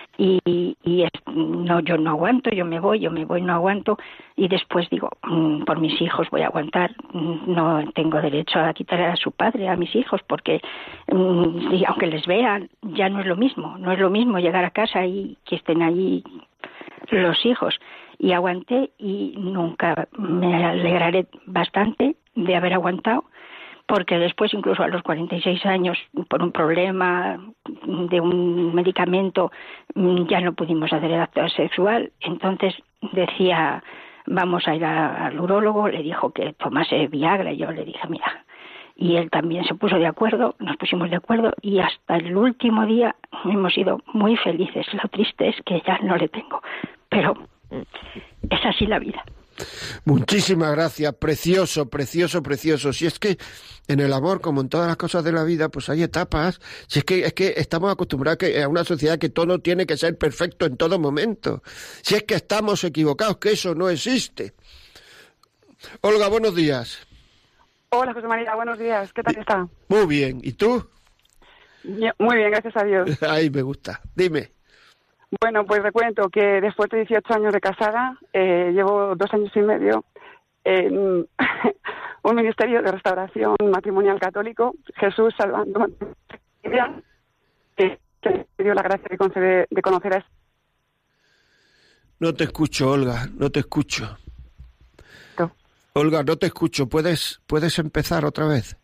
no, yo no aguanto, yo me voy, no aguanto, y después digo, por mis hijos voy a aguantar, no tengo derecho a quitar a su padre, a mis hijos, porque aunque les vean, ya no es lo mismo llegar a casa y que estén allí los hijos. Y aguanté y nunca me alegraré bastante de haber aguantado, porque después, incluso a los 46 años, por un problema de un medicamento, ya no pudimos hacer el acto sexual. Entonces decía, vamos a ir al urólogo, le dijo que tomase Viagra, y yo le dije, mira, y él también se puso de acuerdo, nos pusimos de acuerdo, y hasta el último día hemos sido muy felices. Lo triste es que ya no le tengo, pero es así la vida. Muchísimas gracias, precioso, precioso, precioso. Si es que en el amor, como en todas las cosas de la vida, pues hay etapas. Si es que estamos acostumbrados a una sociedad que todo tiene que ser perfecto en todo momento. Si es que estamos equivocados, que eso no existe. Olga, buenos días. Hola, José María, buenos días. ¿Qué tal está? Muy bien. ¿Y tú? Muy bien, gracias a Dios. Ay, me gusta. Dime. Bueno, pues te cuento que después de 18 años de casada, llevo 2 años y medio en un ministerio de restauración matrimonial católico, Jesús Salvando, que me dio la gracia de conocer a... No te escucho, Olga, no te escucho. No. Olga, no te escucho. ¿Puedes empezar otra vez?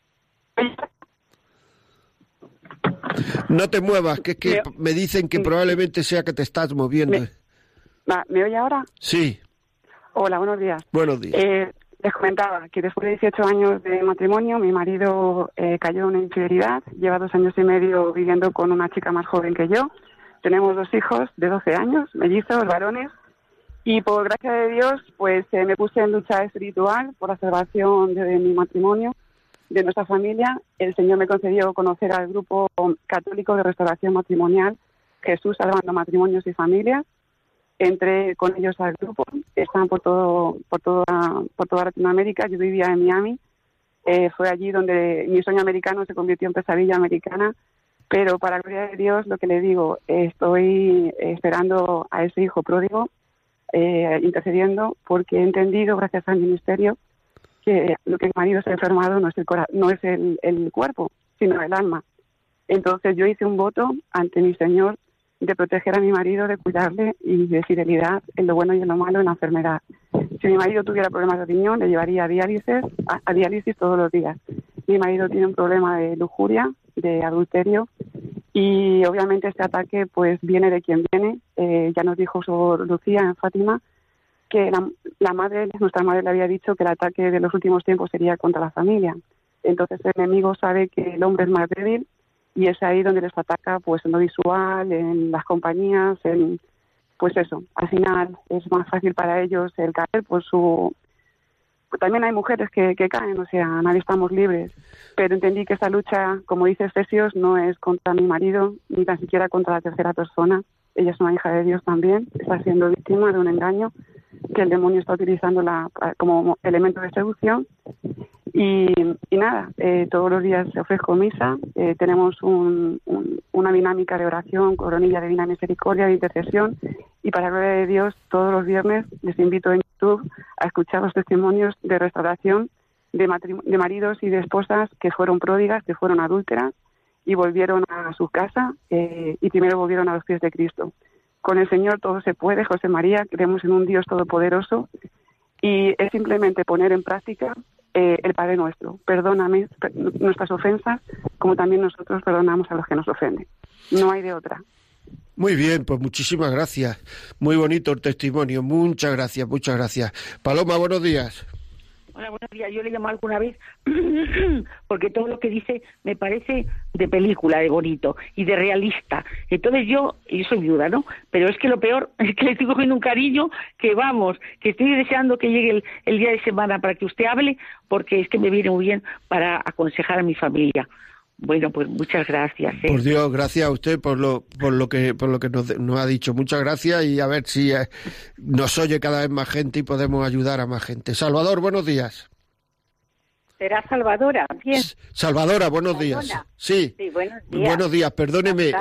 No te muevas, que es que me dicen que probablemente sea que te estás moviendo. ¿Me oye ahora? Sí. Hola, buenos días. Buenos días. Les comentaba que después de 18 años de matrimonio, mi marido cayó en una infidelidad. Lleva 2 años y medio viviendo con una chica más joven que yo. Tenemos 2 hijos de 12 años, mellizos, varones. Y por gracia de Dios, pues me puse en lucha espiritual por la salvación de mi matrimonio, de nuestra familia. El Señor me concedió conocer al grupo católico de restauración matrimonial, Jesús Salvando Matrimonios y Familias. Entré con ellos al grupo, están por toda Latinoamérica. Yo vivía en Miami, fue allí donde mi sueño americano se convirtió en pesadilla americana, pero para la gloria de Dios, lo que le digo, estoy esperando a ese hijo pródigo, intercediendo, porque he entendido, gracias al ministerio, que lo que mi marido se ha enfermado no es el cuerpo, sino el alma. Entonces yo hice un voto ante mi Señor de proteger a mi marido, de cuidarle y de fidelidad en lo bueno y en lo malo, en la enfermedad. Si mi marido tuviera problemas de riñón, le llevaría a diálisis todos los días. Mi marido tiene un problema de lujuria, de adulterio, y obviamente este ataque pues viene de quien viene. Ya nos dijo Sor Lucía en Fátima que nuestra madre le había dicho que el ataque de los últimos tiempos sería contra la familia. Entonces el enemigo sabe que el hombre es más débil y es ahí donde les ataca, pues en lo visual, en las compañías, pues eso. Al final es más fácil para ellos el caer por su... También hay mujeres que caen, o sea, nadie estamos libres. Pero entendí que esta lucha, como dice Efesios, no es contra mi marido, ni tan siquiera contra la tercera persona. Ella es una hija de Dios también, está siendo víctima de un engaño que el demonio está utilizando como elemento de seducción. Y nada, todos los días ofrezco misa, tenemos una dinámica de oración, coronilla de Divina Misericordia, de intercesión, y para la gloria de Dios, todos los viernes les invito en YouTube a escuchar los testimonios de restauración de maridos y de esposas que fueron pródigas, que fueron adúlteras, y volvieron a su casa y primero volvieron a los pies de Cristo. Con el Señor todo se puede, José María, creemos en un Dios todopoderoso y es simplemente poner en práctica el Padre Nuestro. Perdóname nuestras ofensas, como también nosotros perdonamos a los que nos ofenden. No hay de otra. Muy bien, pues muchísimas gracias. Muy bonito el testimonio. Muchas gracias, muchas gracias. Paloma, buenos días. Hola, buenos días. Yo le llamo alguna vez porque todo lo que dice me parece de película, de bonito y de realista. Entonces yo soy viuda, ¿no? Pero es que lo peor es que le estoy cogiendo un cariño que vamos, que estoy deseando que llegue el día de semana para que usted hable, porque es que me viene muy bien para aconsejar a mi familia. Bueno, pues muchas gracias. Por Dios, gracias a usted por lo que nos ha dicho. Muchas gracias y a ver si nos oye cada vez más gente y podemos ayudar a más gente. Salvador, buenos días. ¿Será Salvadora? Bien. Salvadora, buenos días. Sí, buenos días. Buenos días, perdóneme.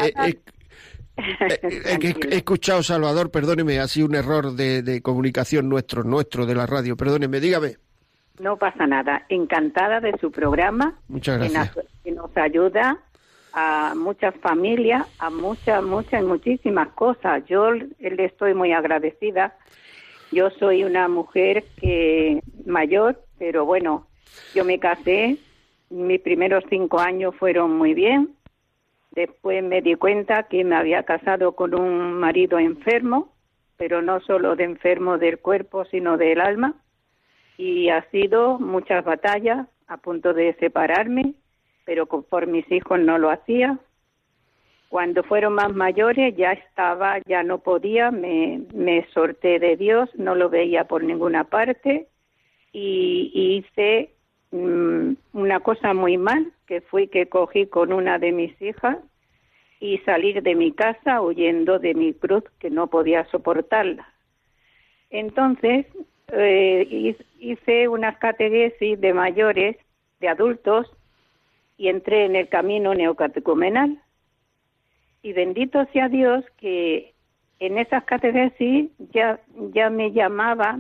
He escuchado, Salvador, perdóneme, ha sido un error de comunicación nuestro, de la radio. Perdóneme, dígame. No pasa nada. Encantada de su programa. Muchas gracias. Que nos ayuda a muchas familias, a muchísimas cosas. Yo le estoy muy agradecida. Yo soy una mujer mayor, pero bueno, yo me casé. Mis primeros 5 años fueron muy bien. Después me di cuenta que me había casado con un marido enfermo, pero no solo de enfermo del cuerpo, sino del alma. Y ha sido muchas batallas, a punto de separarme, pero por mis hijos no lo hacía. Cuando fueron más mayores ya no podía, me solté de Dios, no lo veía por ninguna parte y hice una cosa muy mal, que fui que cogí con una de mis hijas y salir de mi casa huyendo de mi cruz, que no podía soportarla. Entonces hice unas catequesis de mayores, de adultos, y entré en el camino neocatecumenal. Y bendito sea Dios que en esas catequesis ya me llamaba,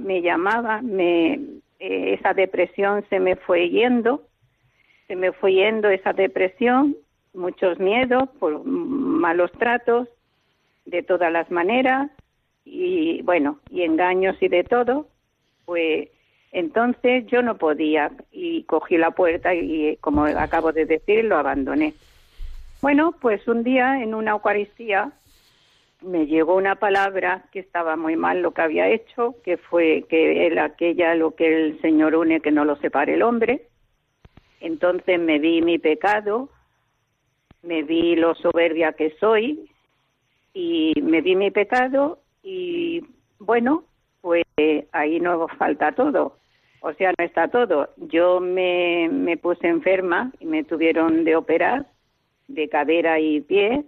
esa depresión se me fue yendo esa depresión, muchos miedos por malos tratos, de todas las maneras, y bueno, y engaños y de todo. Pues entonces yo no podía y cogí la puerta y, como acabo de decir, lo abandoné. Bueno, pues un día en una Eucaristía me llegó una palabra que estaba muy mal lo que había hecho, que fue que lo que el Señor une, que no lo separe el hombre. Entonces me vi mi pecado, me vi lo soberbia que soy y me vi mi pecado y bueno, pues ahí no falta todo, o sea, no está todo. Yo me puse enferma y me tuvieron de operar de cadera y pie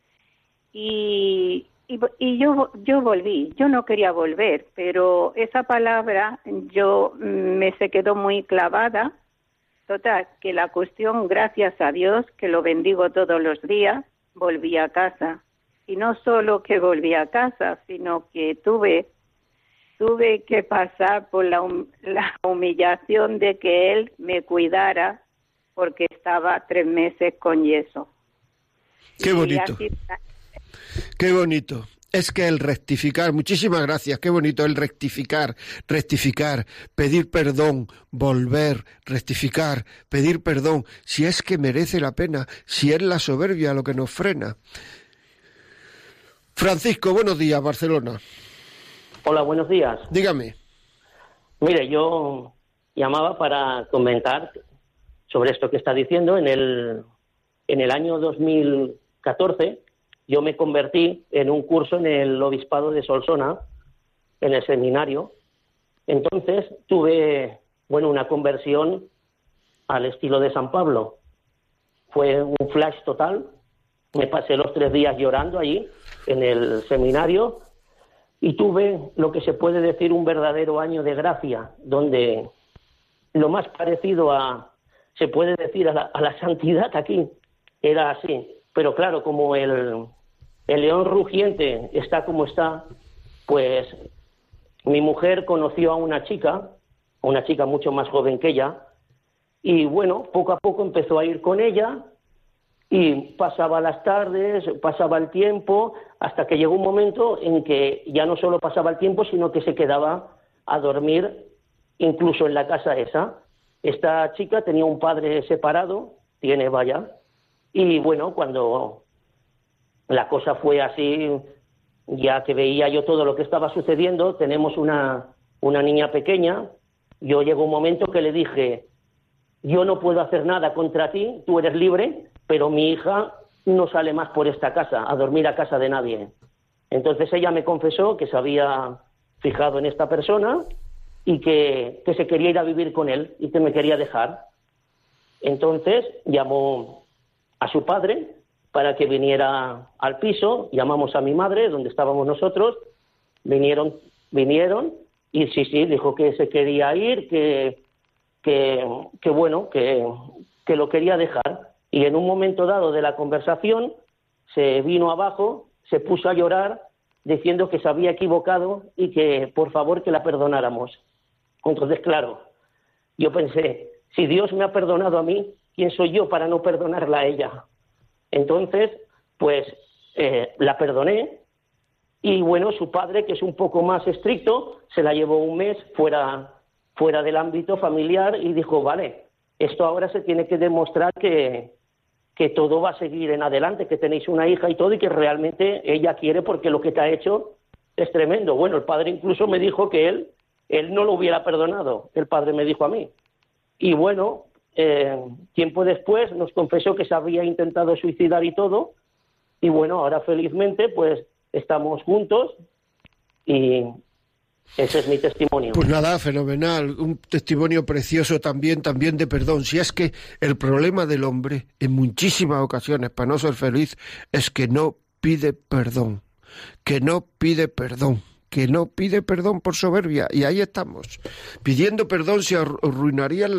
y yo volví. Yo no quería volver, pero esa palabra me se quedó muy clavada. Total, que la cuestión, gracias a Dios, que lo bendigo todos los días, volví a casa. Y no solo que volví a casa, sino que tuve que pasar por la humillación de que él me cuidara porque estaba 3 meses con yeso. Qué bonito. Qué bonito. Es que el rectificar, muchísimas gracias, qué bonito el rectificar, pedir perdón, volver, rectificar, pedir perdón, si es que merece la pena, si es la soberbia lo que nos frena. Francisco, buenos días, Barcelona. Hola, buenos días. Dígame. Mire, yo llamaba para comentar sobre esto que está diciendo. En el año 2014 yo me convertí en un curso en el Obispado de Solsona, en el seminario. Entonces tuve, una conversión al estilo de San Pablo. Fue un flash total. Me pasé los 3 días llorando allí, en el seminario, y tuve lo que se puede decir un verdadero año de gracia, donde lo más parecido se puede decir a la santidad aquí, era así. Pero claro, como el león rugiente está como está, pues mi mujer conoció a una chica mucho más joven que ella, y poco a poco empezó a ir con ella, y pasaba las tardes, pasaba el tiempo, hasta que llegó un momento en que ya no solo pasaba el tiempo, sino que se quedaba a dormir incluso en la casa esa. Esta chica tenía un padre separado, y cuando la cosa fue así, ya que veía yo todo lo que estaba sucediendo, tenemos una niña pequeña, yo llegó un momento que le dije, yo no puedo hacer nada contra ti, tú eres libre, pero mi hija no sale más por esta casa, a dormir a casa de nadie. Entonces ella me confesó que se había fijado en esta persona y que se quería ir a vivir con él y que me quería dejar. Entonces llamó a su padre para que viniera al piso, llamamos a mi madre, donde estábamos nosotros, vinieron y sí, dijo que se quería ir, que lo quería dejar. Y en un momento dado de la conversación se vino abajo, se puso a llorar diciendo que se había equivocado y que por favor que la perdonáramos. Entonces, claro, yo pensé, si Dios me ha perdonado a mí, ¿quién soy yo para no perdonarla a ella? Entonces, la perdoné y su padre, que es un poco más estricto, se la llevó un mes fuera del ámbito familiar y dijo, vale, esto ahora se tiene que demostrar que todo va a seguir en adelante, que tenéis una hija y todo, y que realmente ella quiere, porque lo que te ha hecho es tremendo. El padre incluso me dijo que él no lo hubiera perdonado, el padre me dijo a mí. Y tiempo después nos confesó que se había intentado suicidar y todo, y ahora felizmente pues estamos juntos y ese es mi testimonio. Pues nada, fenomenal, un testimonio precioso también de perdón. Si es que el problema del hombre en muchísimas ocasiones para no ser feliz es que no pide perdón, que no pide perdón por soberbia, y ahí estamos, pidiendo perdón. Se arruinarían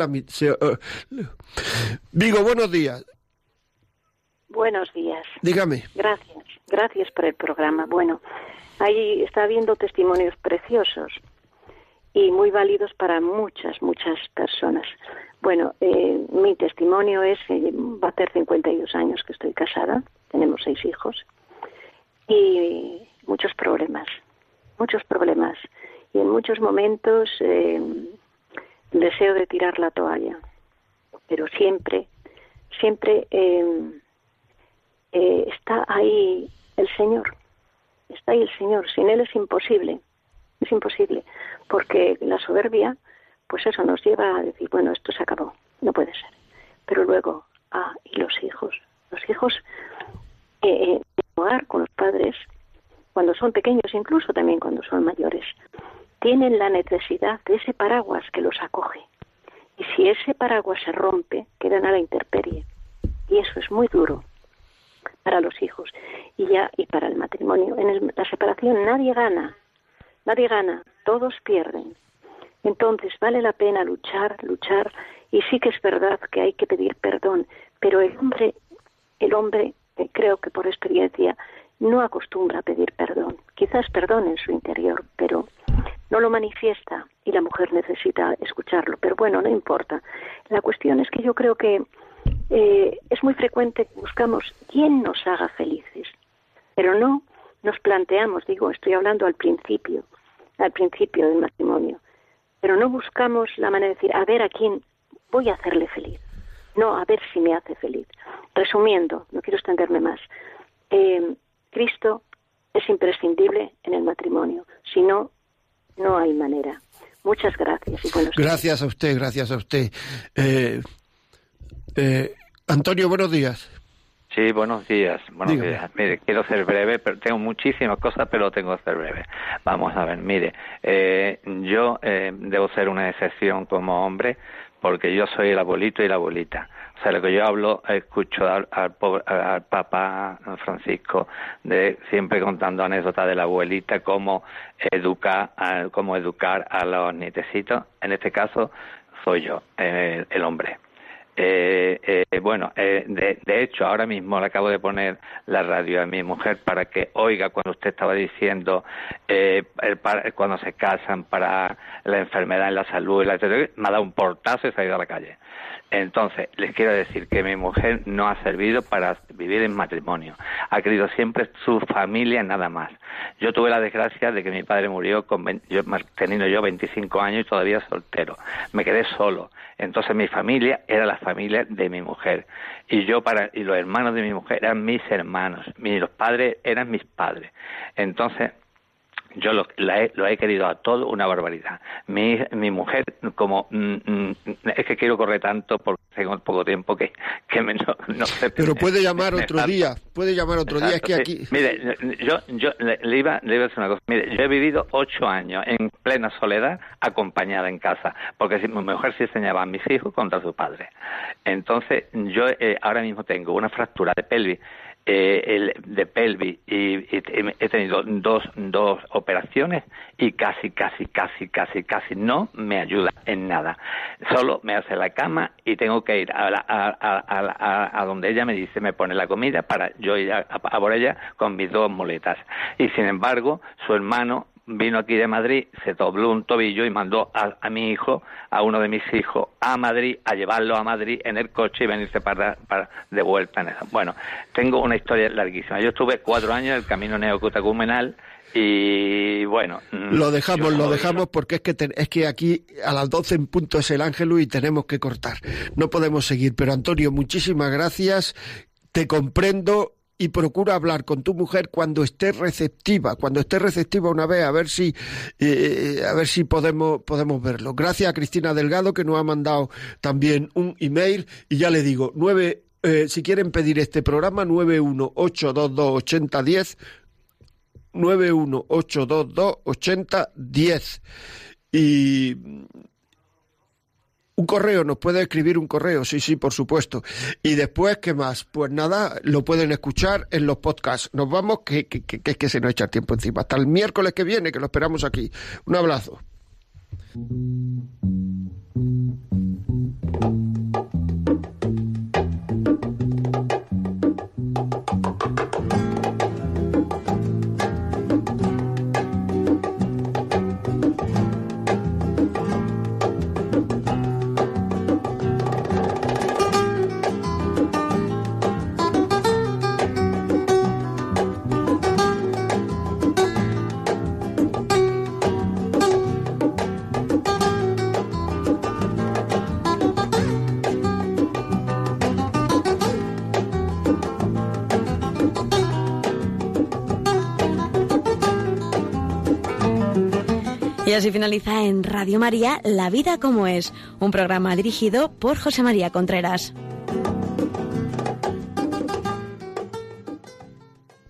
Vigo, buenos días. Buenos días. Dígame. Gracias por el programa. Ahí está habiendo testimonios preciosos y muy válidos para muchas personas. Mi testimonio es, va a hacer 52 años que estoy casada, tenemos 6 hijos y muchos problemas. Y en muchos momentos el deseo de tirar la toalla. Pero siempre está ahí el Señor. Está ahí el Señor. Sin Él es imposible. Porque la soberbia, pues eso nos lleva a decir, esto se acabó, no puede ser. Pero luego, y los hijos en el hogar con los padres, cuando son pequeños, incluso también cuando son mayores, tienen la necesidad de ese paraguas que los acoge. Y si ese paraguas se rompe, quedan a la intemperie. Y eso es muy duro para los hijos y para el matrimonio. En la separación nadie gana, todos pierden. Entonces vale la pena luchar, y sí que es verdad que hay que pedir perdón, pero el hombre, creo que por experiencia, no acostumbra a pedir perdón. Quizás perdone en su interior, pero no lo manifiesta y la mujer necesita escucharlo. Pero no importa. La cuestión es que yo creo que es muy frecuente que buscamos quién nos haga felices, pero no nos planteamos, estoy hablando al principio del matrimonio, pero no buscamos la manera de decir, a ver a quién voy a hacerle feliz, no, a ver si me hace feliz. Resumiendo, no quiero extenderme más, Cristo es imprescindible en el matrimonio, si no, No hay manera. Muchas gracias. Y buenos días. Gracias a usted, gracias a usted. Antonio, buenos días. Sí, buenos días. Buenos días. Mire, quiero ser breve, pero tengo muchísimas cosas, pero tengo que ser breve. Vamos a ver, mire, yo debo ser una excepción como hombre, porque yo soy el abuelito y la abuelita. O sea, lo que yo hablo, escucho al Papa Francisco siempre contando anécdotas de la abuelita, cómo educar a los nietecitos. En este caso, soy yo, el hombre. De hecho, ahora mismo le acabo de poner la radio a mi mujer para que oiga cuando usted estaba diciendo cuando se casan para la enfermedad en la salud, me ha dado un portazo y se ha ido a la calle. Entonces, les quiero decir que mi mujer no ha servido para vivir en matrimonio. Ha querido siempre su familia nada más. Yo tuve la desgracia de que mi padre murió teniendo yo 25 años y todavía soltero. Me quedé solo. Entonces mi familia era la familia de mi mujer. Y los hermanos de mi mujer eran mis hermanos. Los padres eran mis padres. Entonces, yo lo he querido a todo una barbaridad. Mi mujer, como es que quiero correr tanto porque tengo poco tiempo que no sé. Pero puede llamar otro día. Exacto, es que aquí. Mire, yo le iba a decir una cosa. Mire, yo he vivido 8 años en plena soledad, acompañada en casa, porque mi mujer se enseñaba a mis hijos contra su padre. Entonces, yo ahora mismo tengo una fractura de pelvis. De pelvis y he tenido dos operaciones y casi no me ayuda en nada. Solo me hace la cama y tengo que ir a donde ella me pone la comida para yo ir a por ella con mis 2 muletas. Y sin embargo, su hermano vino aquí de Madrid, se dobló un tobillo y mandó a mi hijo, a uno de mis hijos, a Madrid, a llevarlo a Madrid en el coche y venirse para de vuelta en eso. Bueno, tengo una historia larguísima. Yo estuve 4 años en el camino neocatecumenal y bueno... Lo dejamos porque es que aquí a las 12 en punto es el Ángelus y tenemos que cortar. No podemos seguir, pero Antonio, muchísimas gracias. Te comprendo. Y procura hablar con tu mujer cuando esté receptiva una vez, a ver si podemos verlo. Gracias a Cristina Delgado, que nos ha mandado también un email, y ya le digo, si quieren pedir este programa, 918228010, 918228010, y un correo, nos puede escribir un correo, sí, por supuesto. Y después, ¿qué más? Pues nada, lo pueden escuchar en los podcasts. Nos vamos, que se nos echa el tiempo encima. Hasta el miércoles que viene, que lo esperamos aquí. Un abrazo. Y así finaliza en Radio María La Vida como es, un programa dirigido por José María Contreras.